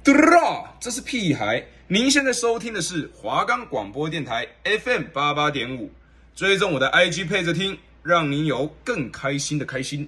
这是屁孩。您现在收听的是华冈广播电台 FM88.5，追踪我的 IG 配着听，让您有更开心的开心。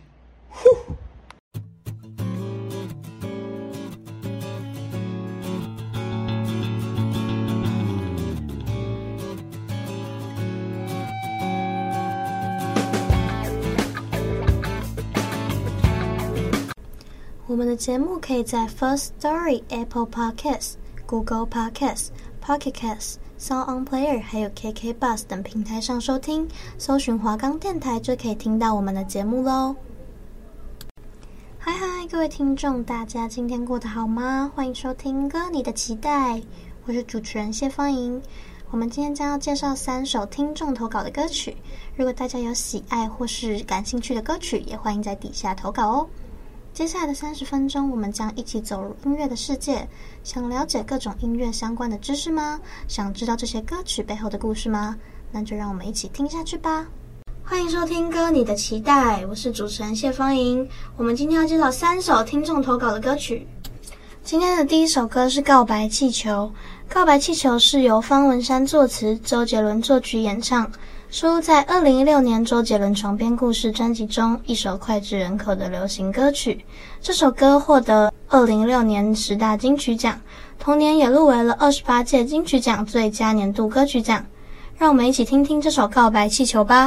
我们的节目可以在 Firstory、Apple Podcasts、Google Podcasts、Pocket Casts、Sound On Player 还有 KK Bus 等平台上收听，搜寻华冈电台就可以听到我们的节目咯。嗨，各位听众，大家今天过得好吗？欢迎收听歌你的期待，我是主持人谢芳莹。我们今天将要介绍3首听众投稿的歌曲，如果大家有喜爱或是感兴趣的歌曲，也欢迎在底下投稿哦。接下来的30分钟，我们将一起走入音乐的世界。想了解各种音乐相关的知识吗？想知道这些歌曲背后的故事吗？那就让我们一起听下去吧。欢迎收听歌你的期待，我是主持人谢芳莹。我们今天要介绍3首听众投稿的歌曲。今天的第一首歌是《告白气球》。《告白气球》是由方文山作词，周杰伦作曲演唱，收录在2016年周杰伦床边故事专辑中，一首脍炙人口的流行歌曲。这首歌获得2016年10大金曲奖，同年也入围了28届金曲奖最佳年度歌曲奖。让我们一起听听这首《告白气球》吧。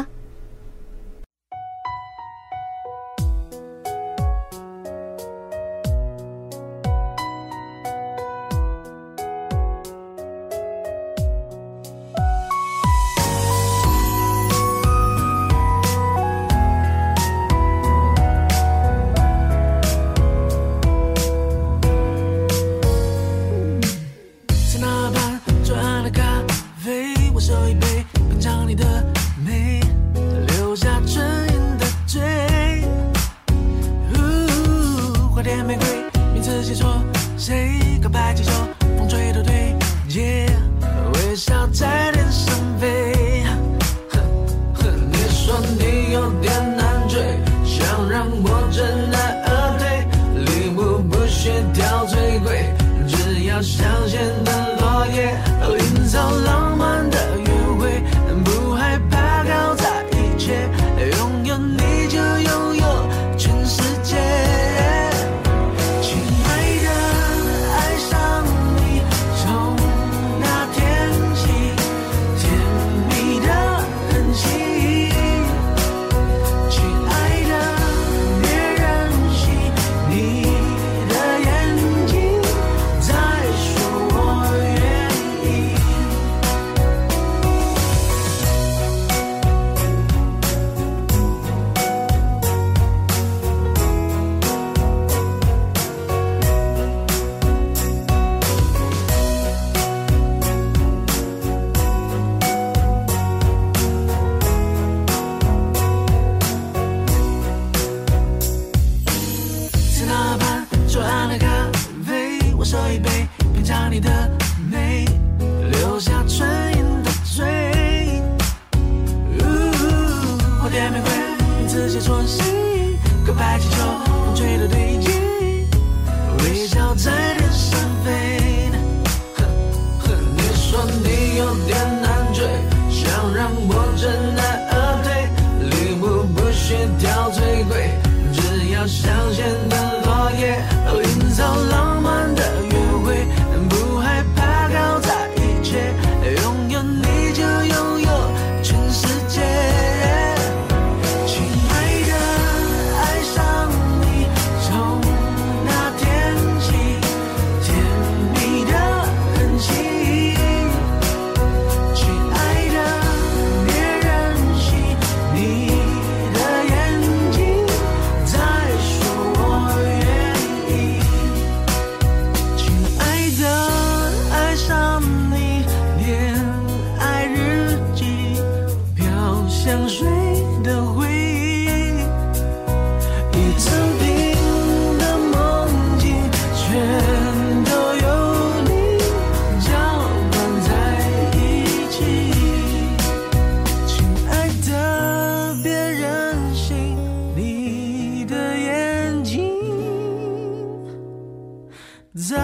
你的眼睛在说我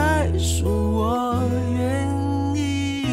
再说我愿意。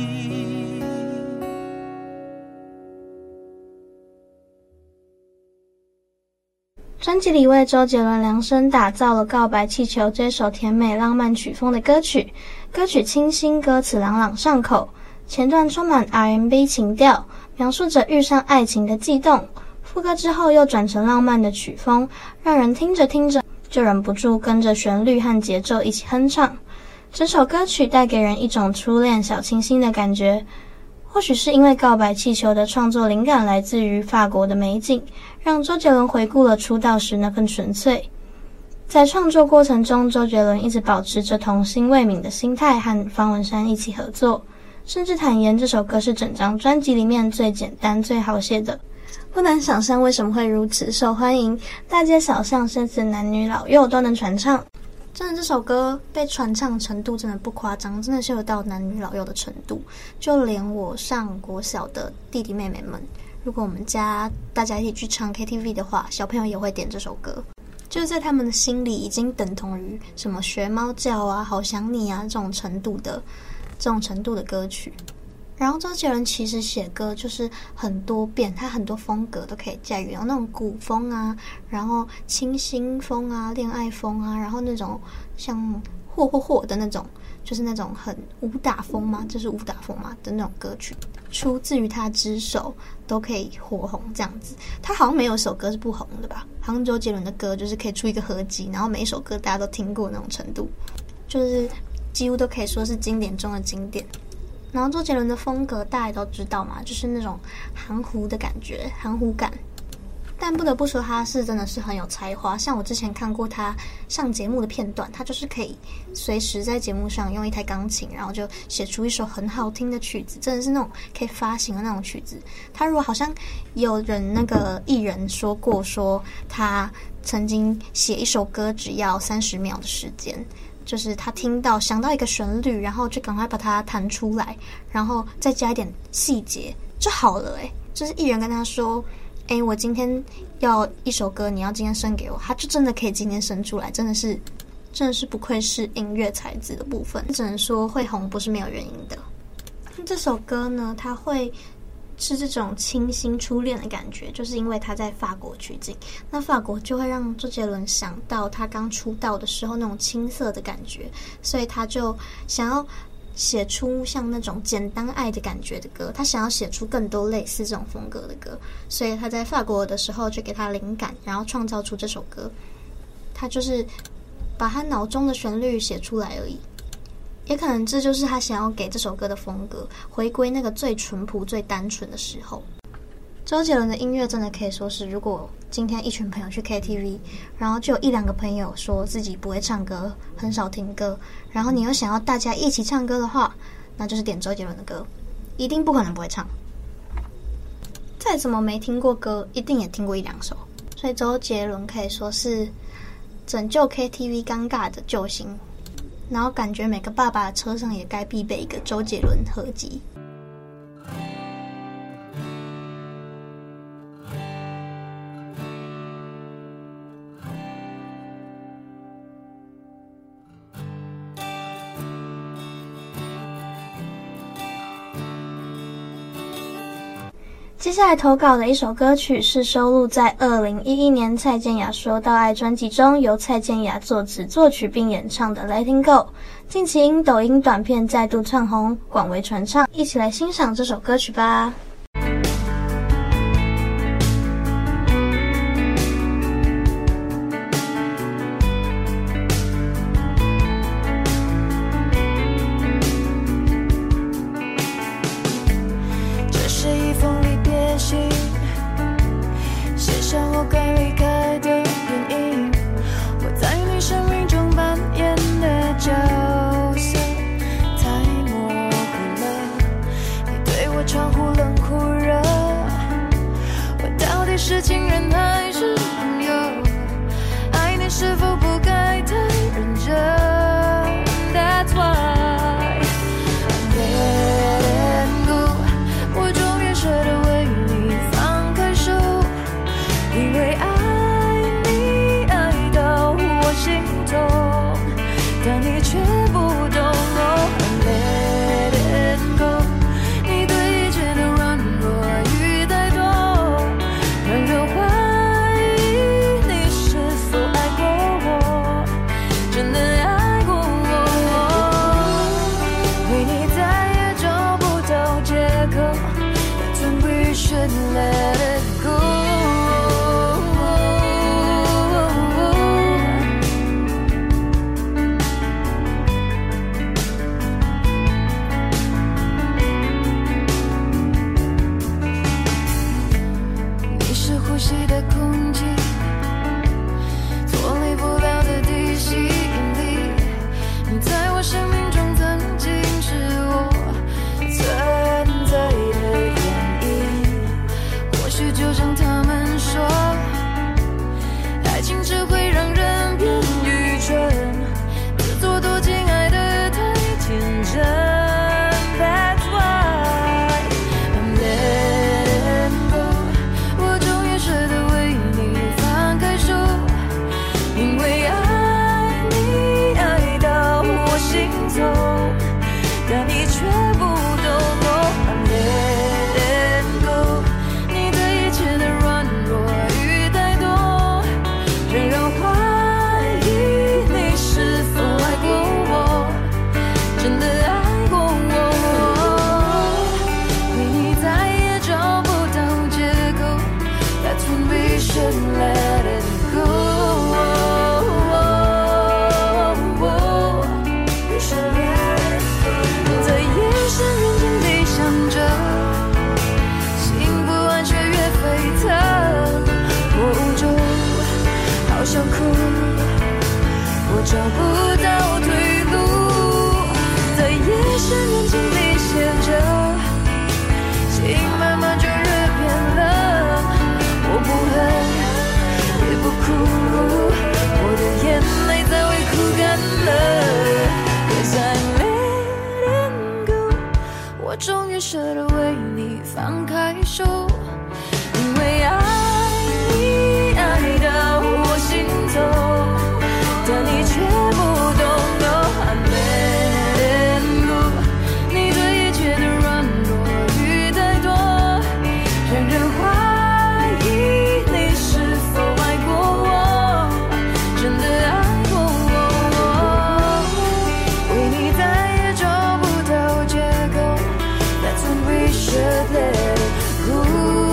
专辑里为周杰伦量身打造了《告白气球》这首甜美浪漫曲风的歌曲，歌曲清新，歌词朗朗上口，前段充满 R&B 情调，描述着遇上爱情的悸动，副歌之后又转成浪漫的曲风，让人听着听着就忍不住跟着旋律和节奏一起哼唱。整首歌曲带给人一种初恋小清新的感觉，或许是因为《告白气球》的创作灵感来自于法国的美景，让周杰伦回顾了出道时那份纯粹。在创作过程中，周杰伦一直保持着童心未泯的心态，和方文山一起合作，甚至坦言这首歌是整张专辑里面最简单最好写的。不难想象为什么会如此受欢迎，大街小巷甚至男女老幼都能传唱。真的，这首歌被传唱程度真的不夸张，真的是有到男女老幼的程度。就连我上国小的弟弟妹妹们，如果我们家大家一起去唱 KTV 的话，小朋友也会点这首歌，就是在他们的心里已经等同于什么学猫叫啊、好想你啊这种程度的歌曲。然后周杰伦其实写歌就是很多变，他很多风格都可以驾驭，有那种古风啊，然后清新风啊、恋爱风啊，然后那种像嚯的那种，就是那种很武打风嘛，就是武打风嘛的那种歌曲，出自于他之手都可以火红这样子。他好像没有一首歌是不红的吧？好像周杰伦的歌就是可以出一个合集，然后每一首歌大家都听过那种程度，就是几乎都可以说是经典中的经典。然后周杰伦的风格大家都知道嘛，就是那种含糊的感觉，含糊感。但不得不说他是真的是很有才华，像我之前看过他上节目的片段，他就是可以随时在节目上用一台钢琴，然后就写出一首很好听的曲子，真的是那种可以发行的那种曲子。他如果好像有人那个艺人说过，说他曾经写一首歌只要30秒的时间，就是他听到想到一个旋律，然后就赶快把它弹出来，然后再加一点细节就好了。就是艺人跟他说我今天要一首歌，你要今天生给我，他就真的可以今天生出来，真的是不愧是音乐才子的部分，只能说会红不是没有原因的。这首歌呢，它会是这种清新初恋的感觉，就是因为他在法国取景，那法国就会让周杰伦想到他刚出道的时候那种青涩的感觉，所以他就想要写出像那种简单爱的感觉的歌，他想要写出更多类似这种风格的歌，所以他在法国的时候就给他灵感，然后创造出这首歌。他就是把他脑中的旋律写出来而已，也可能这就是他想要给这首歌的风格，回归那个最淳朴最单纯的时候。周杰伦的音乐真的可以说是，如果今天一群朋友去 KTV， 然后就有1-2个朋友说自己不会唱歌，很少听歌，然后你又想要大家一起唱歌的话，那就是点周杰伦的歌，一定不可能不会唱。再怎么没听过歌，一定也听过1-2首，所以周杰伦可以说是拯救 KTV 尴尬的救星。然后感觉每个爸爸的车上也该必备一个周杰伦合集。接下来投稿的一首歌曲是收录在2011年蔡健雅说到爱专辑中，由蔡健雅作词作曲并演唱的 Letting Go， 近期因抖音短片再度窜红，广为传唱，一起来欣赏这首歌曲吧。 写下我该离开的原因，我在你生命中扮演的角色太模糊了，你对我超乎冷酷不懂。Oh, let it go， 你对一切的软弱与怠惰，让人怀疑你是否爱过我，真的爱过我。为你再也找不到借口，That's when we should let it go。找不到退路，在夜深人静里写着，心慢慢就热变冷。我不恨也不哭，我的眼泪早已哭干了。Cause I'm letting go， 我终于舍得为你放开手，因为爱你爱到我心头。但你却不懂，I'm letting go， 你对一切的软弱与怠惰，让人怀疑你是否爱过我，真的爱过我。为你再也找不到借口， That's when we should let it go。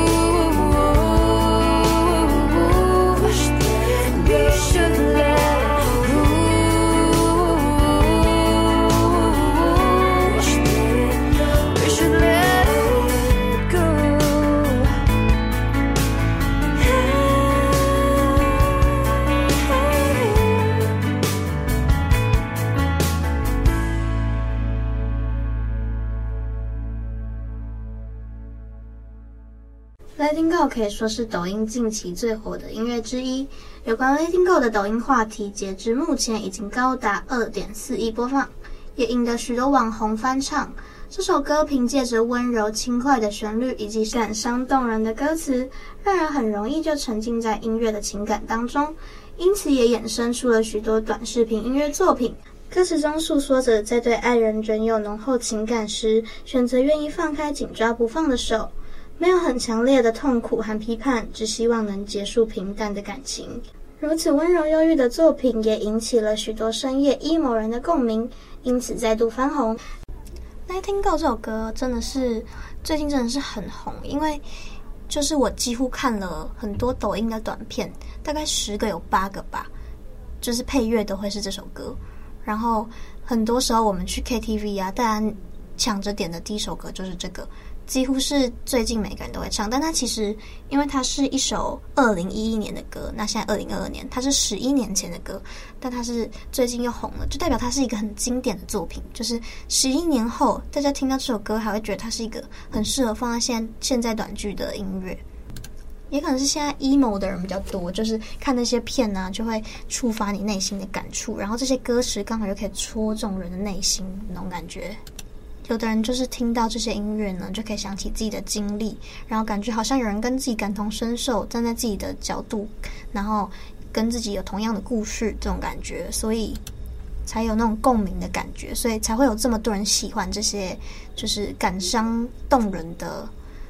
Letting Go 可以说是抖音近期最火的音乐之一。有关 Letting Go 的抖音话题，截至目前已经高达 2.4 亿播放，也赢得许多网红翻唱。这首歌凭借着温柔轻快的旋律以及感伤动人的歌词，让人很容易就沉浸在音乐的情感当中，因此也衍生出了许多短视频音乐作品。歌词中诉说着在对爱人仍有浓厚情感时，选择愿意放开紧抓不放的手，没有很强烈的痛苦和批判，只希望能结束平淡的感情。如此温柔忧郁的作品也引起了许多深夜 emo 人的共鸣，因此再度翻红。Letting Go 这首歌真的是最近真的是很红，因为就是我几乎看了很多抖音的短片，大概10个有8个吧，就是配乐都会是这首歌。然后很多时候我们去 KTV 啊，大家抢着点的第一首歌就是这个，几乎是最近每个人都会唱。但它其实因为它是一首2011年的歌，那现在2022年，它是11年前的歌，但它是最近又红了，就代表它是一个很经典的作品，就是11年后大家听到这首歌还会觉得它是一个很适合放在现在短剧的音乐。也可能是现在 emo 的人比较多，就是看那些片啊就会触发你内心的感触，然后这些歌词刚好又可以戳中人的内心那种感觉。有的人就是听到这些音乐呢，就可以想起自己的经历，然后感觉好像有人跟自己感同身受，站在自己的角度，然后跟自己有同样的故事这种感觉。所以才有那种共鸣的感觉，所以才会有这么多人喜欢这些就是感伤动人的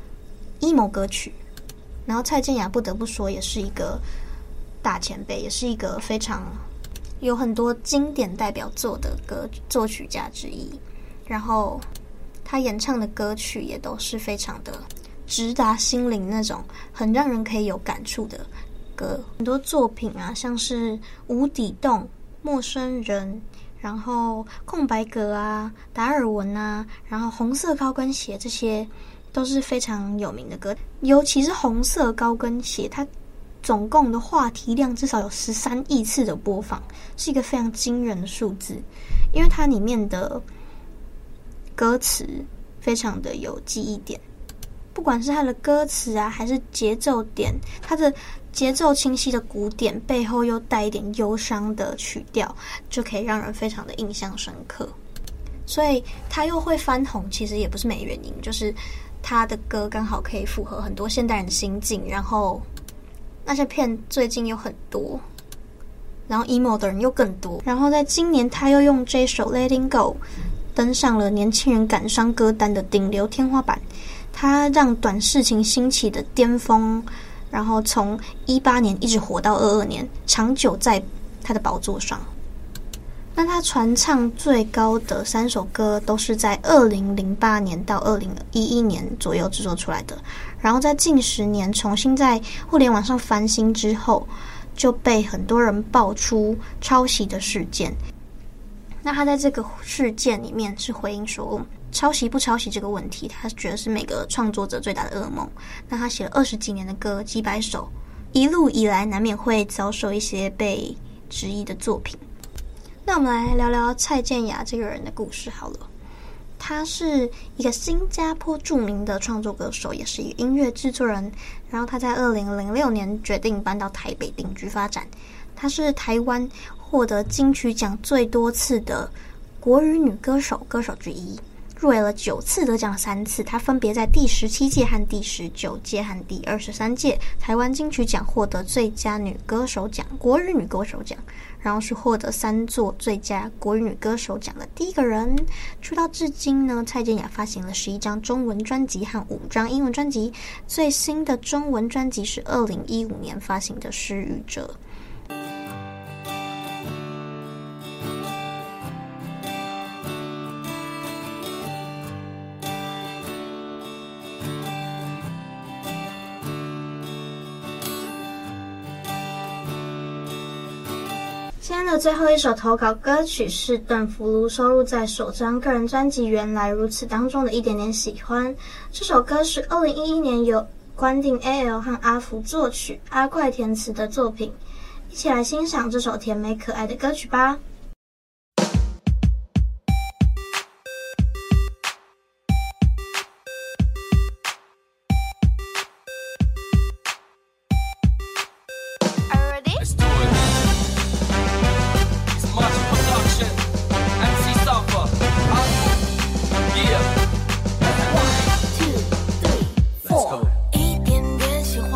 emo 歌曲。然后蔡健雅不得不说也是一个大前辈，也是一个非常有很多经典代表作的作曲家之一。然后他演唱的歌曲也都是非常的直达心灵，那种很让人可以有感触的歌。很多作品啊，像是无底洞、陌生人，然后空白格啊、达尔文啊，然后红色高跟鞋，这些都是非常有名的歌。尤其是红色高跟鞋，它总共的话题量至少有13亿次的播放，是一个非常惊人的数字。因为它里面的歌词非常的有记忆点，不管是它的歌词啊，还是节奏点，它的节奏清晰的鼓点背后又带一点忧伤的曲调，就可以让人非常的印象深刻。所以它又会翻红，其实也不是没原因，就是它的歌刚好可以符合很多现代人的心境，然后那些片最近又很多，然后 emo 的人又更多，然后在今年他又用这首 Letting Go 登上了年轻人感伤歌单的顶流天花板。他让短视情兴起的巅峰，然后从18年一直火到22年，长久在他的宝座上。那他传唱最高的3首歌都是在2008年到2011年左右制作出来的，然后在近10年重新在互联网上翻新之后，就被很多人爆出抄袭的事件。那他在这个事件里面是回应说，抄袭不抄袭这个问题，他觉得是每个创作者最大的噩梦。那他写了20几年的歌，几百首，一路以来难免会遭受一些被质疑的作品。那我们来聊聊蔡健雅这个人的故事好了。他是一个新加坡著名的创作歌手，也是一个音乐制作人。然后他在2006年决定搬到台北定居发展。他是台湾获得金曲奖最多次的国语女歌手之一，入围了9次，得奖了3次。她分别在第17届和第19届和第23届台湾金曲奖获得最佳女歌手奖、国语女歌手奖，然后是获得3座最佳国语女歌手奖的第一个人。出道至今呢，蔡健雅发行了11张中文专辑和5张英文专辑。最新的中文专辑是2015年发行的《失语者》。今天的最后一首投稿歌曲是邓福如收录在首张个人专辑《原来如此》当中的一点点喜欢。这首歌是2011年由关定 AL 和阿福作曲、阿快填词的作品。一起来欣赏这首甜美可爱的歌曲吧。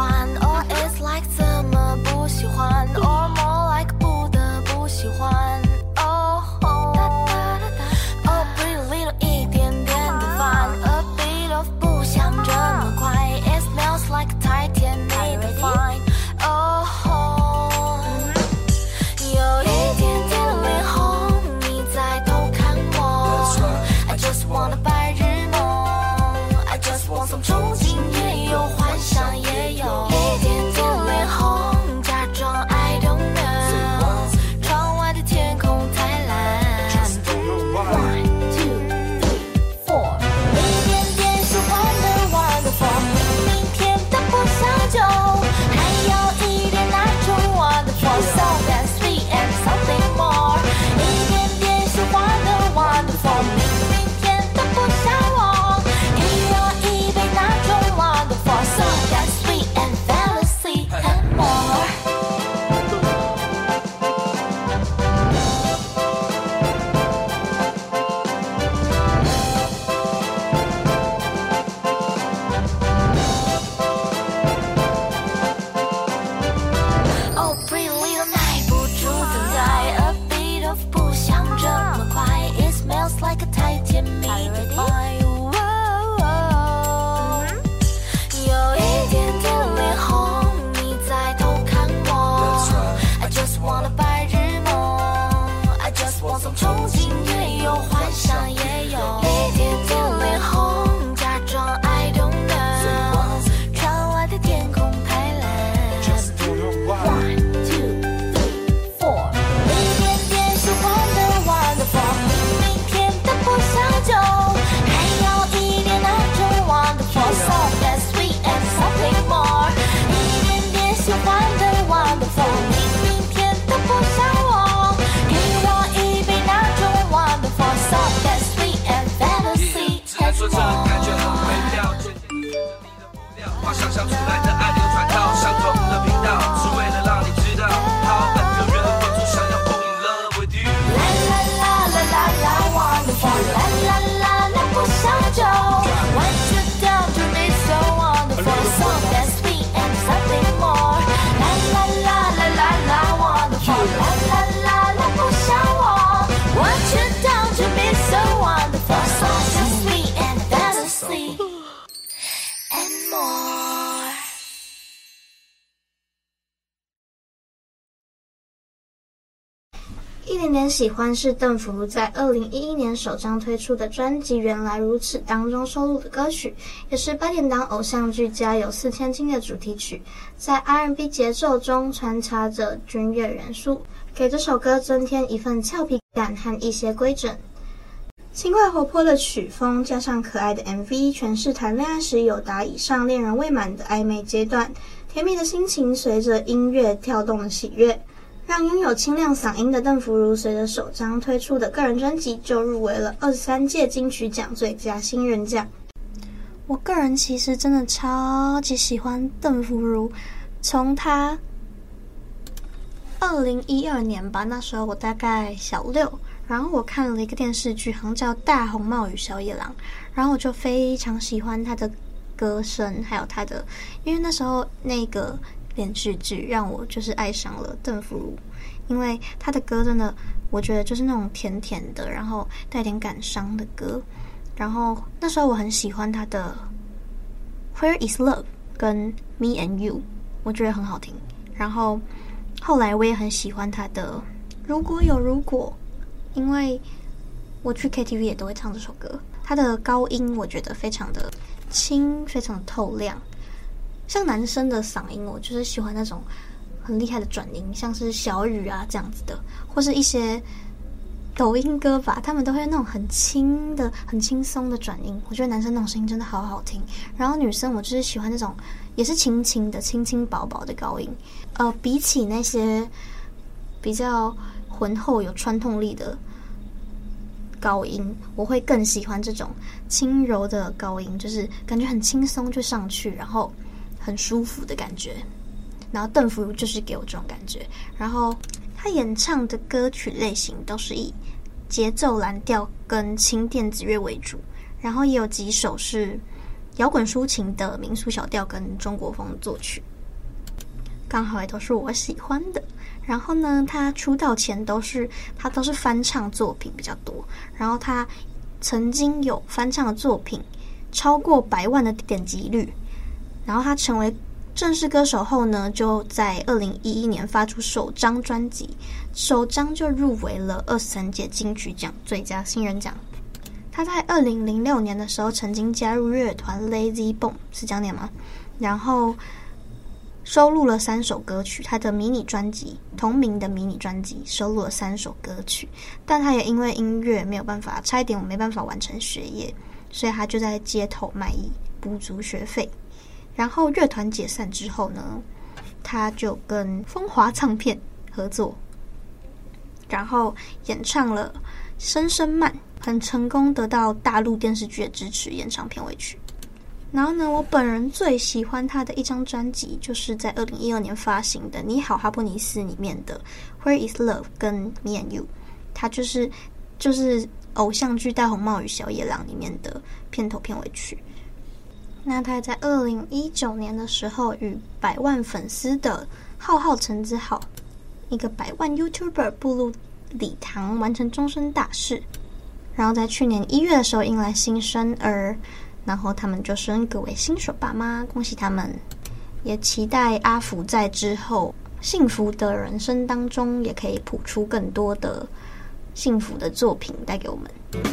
Or more like 不得不喜欢憧憬也有，幻想也有，一点点脸红，假装 I don't know， 窗外的天空太蓝。1 2 3 4， 一点点喜欢的 wonderful， 明天的不想就，还有一点那种 wonderful song that's sweet and something more， 一点点喜欢的 wonderful， 明天的不想我，给我一杯那种 wonderful song that's sweet and fantasy and more。 感觉很美妙，渐渐地跟着你的步调，把想象出来的爱流传到相同的频道，是为了让你知道，好很多人放出想要 fall in love with you。 啦啦啦啦啦啦 wonderful， 啦啦啦啦不想就 want you down to me so wonderful song that's sweet and something more。啦啦啦啦啦啦 wonderful， 啦啦啦啦不想我 want you down to me so wonderful song that's sweet and fantasy and more。 一点点喜欢是邓福如在2011年首张推出的专辑《原来如此》当中收录的歌曲，也是8点档偶像剧《家有4千金》的主题曲，在 R&B 节奏中穿插着军乐元素，给这首歌增添一份俏皮感和一些规整。轻快活泼的曲风加上可爱的 MV， 诠释谈恋爱时有达以上恋人未满的暧昧阶段，甜蜜的心情随着音乐跳动的喜悦，让拥有清亮嗓音的邓福如随着首张推出的个人专辑就入围了23届金曲奖最佳新人奖。我个人其实真的超级喜欢邓福如，从她2012年吧，那时候我大概小6，然后我看了一个电视剧，好像叫《大红帽与小野狼》，然后我就非常喜欢她的歌声，还有她的，因为那时候那个电视剧让我就是爱上了邓福如，因为她的歌真的，我觉得就是那种甜甜的，然后带点感伤的歌。然后那时候我很喜欢她的《Where Is Love》跟《Me and You》，我觉得很好听。然后后来我也很喜欢她的《如果有如果》，因为我去 KTV 也都会唱这首歌。她的高音我觉得非常的轻，非常的透亮。像男生的嗓音，我就是喜欢那种很厉害的转音，像是小雨啊这样子的，或是一些抖音歌吧，他们都会那种很轻的、很轻松的转音。我觉得男生那种声音真的好好听。然后女生，我就是喜欢那种也是轻轻的、轻轻薄薄的高音。比起那些比较浑厚、有穿透力的高音，我会更喜欢这种轻柔的高音，就是感觉很轻松就上去，然后很舒服的感觉。然后邓福如就是给我这种感觉。然后他演唱的歌曲类型都是以节奏蓝调跟轻电子乐为主，然后也有几首是摇滚抒情的民俗小调跟中国风作曲，刚好也都是我喜欢的。然后呢，他出道前都是翻唱作品比较多，然后他曾经有翻唱的作品超过100万的点击率。然后他成为正式歌手后呢，就在2011年发出首张专辑，首张就入围了23届金曲奖最佳新人奖。他在2006年的时候曾经加入乐团 Lazy Bone， 是这样念吗？然后收录了3首歌曲，他的迷你专辑同名的迷你专辑收录了3首歌曲，但他也因为音乐没有办法，差一点我没办法完成学业，所以他就在街头卖艺补足学费。然后乐团解散之后呢，他就跟风华唱片合作，然后演唱了《声声慢》，很成功得到大陆电视剧的支持，演唱片尾曲。然后呢，我本人最喜欢他的一张专辑，就是在2012年发行的《你好哈布尼斯》里面的《Where Is Love》跟《Me and You》，它就是偶像剧《大红帽与小野狼》里面的片头片尾曲。那他在2019年的时候，与100万粉丝的浩陈之浩，一个100万 YouTuber 步入礼堂，完成终身大事。然后在去年1月的时候迎来新生儿，然后他们就升格为新手爸妈，恭喜他们！也期待阿福在之后幸福的人生当中，也可以谱出更多的幸福的作品带给我们。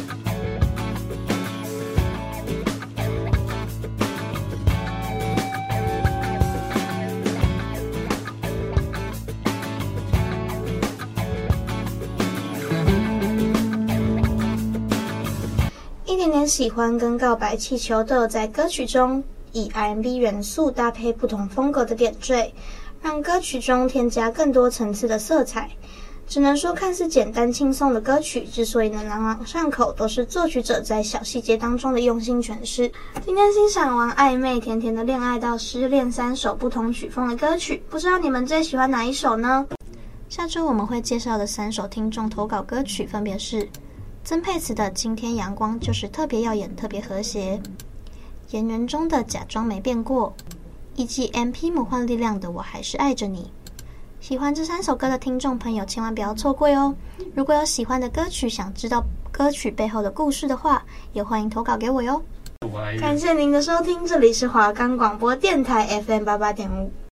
一点点喜欢跟告白气球都有在歌曲中以 R&B 元素搭配不同风格的点缀，让歌曲中添加更多层次的色彩。只能说看似简单轻松的歌曲之所以能朗朗上口，都是作曲者在小细节当中的用心诠释。今天欣赏完暧昧甜甜的恋爱到失恋3首不同曲风的歌曲，不知道你们最喜欢哪一首呢？下周我们会介绍的3首听众投稿歌曲分别是曾沛慈的《今天阳光就是特别耀眼特别和谐》，演员中的假装没变过，以及 MP 魔幻力量的我还是爱着你。喜欢这3首歌的听众朋友千万不要错过哟！如果有喜欢的歌曲，想知道歌曲背后的故事的话，也欢迎投稿给我哟。感谢您的收听，这里是华冈广播电台 FM 88.5。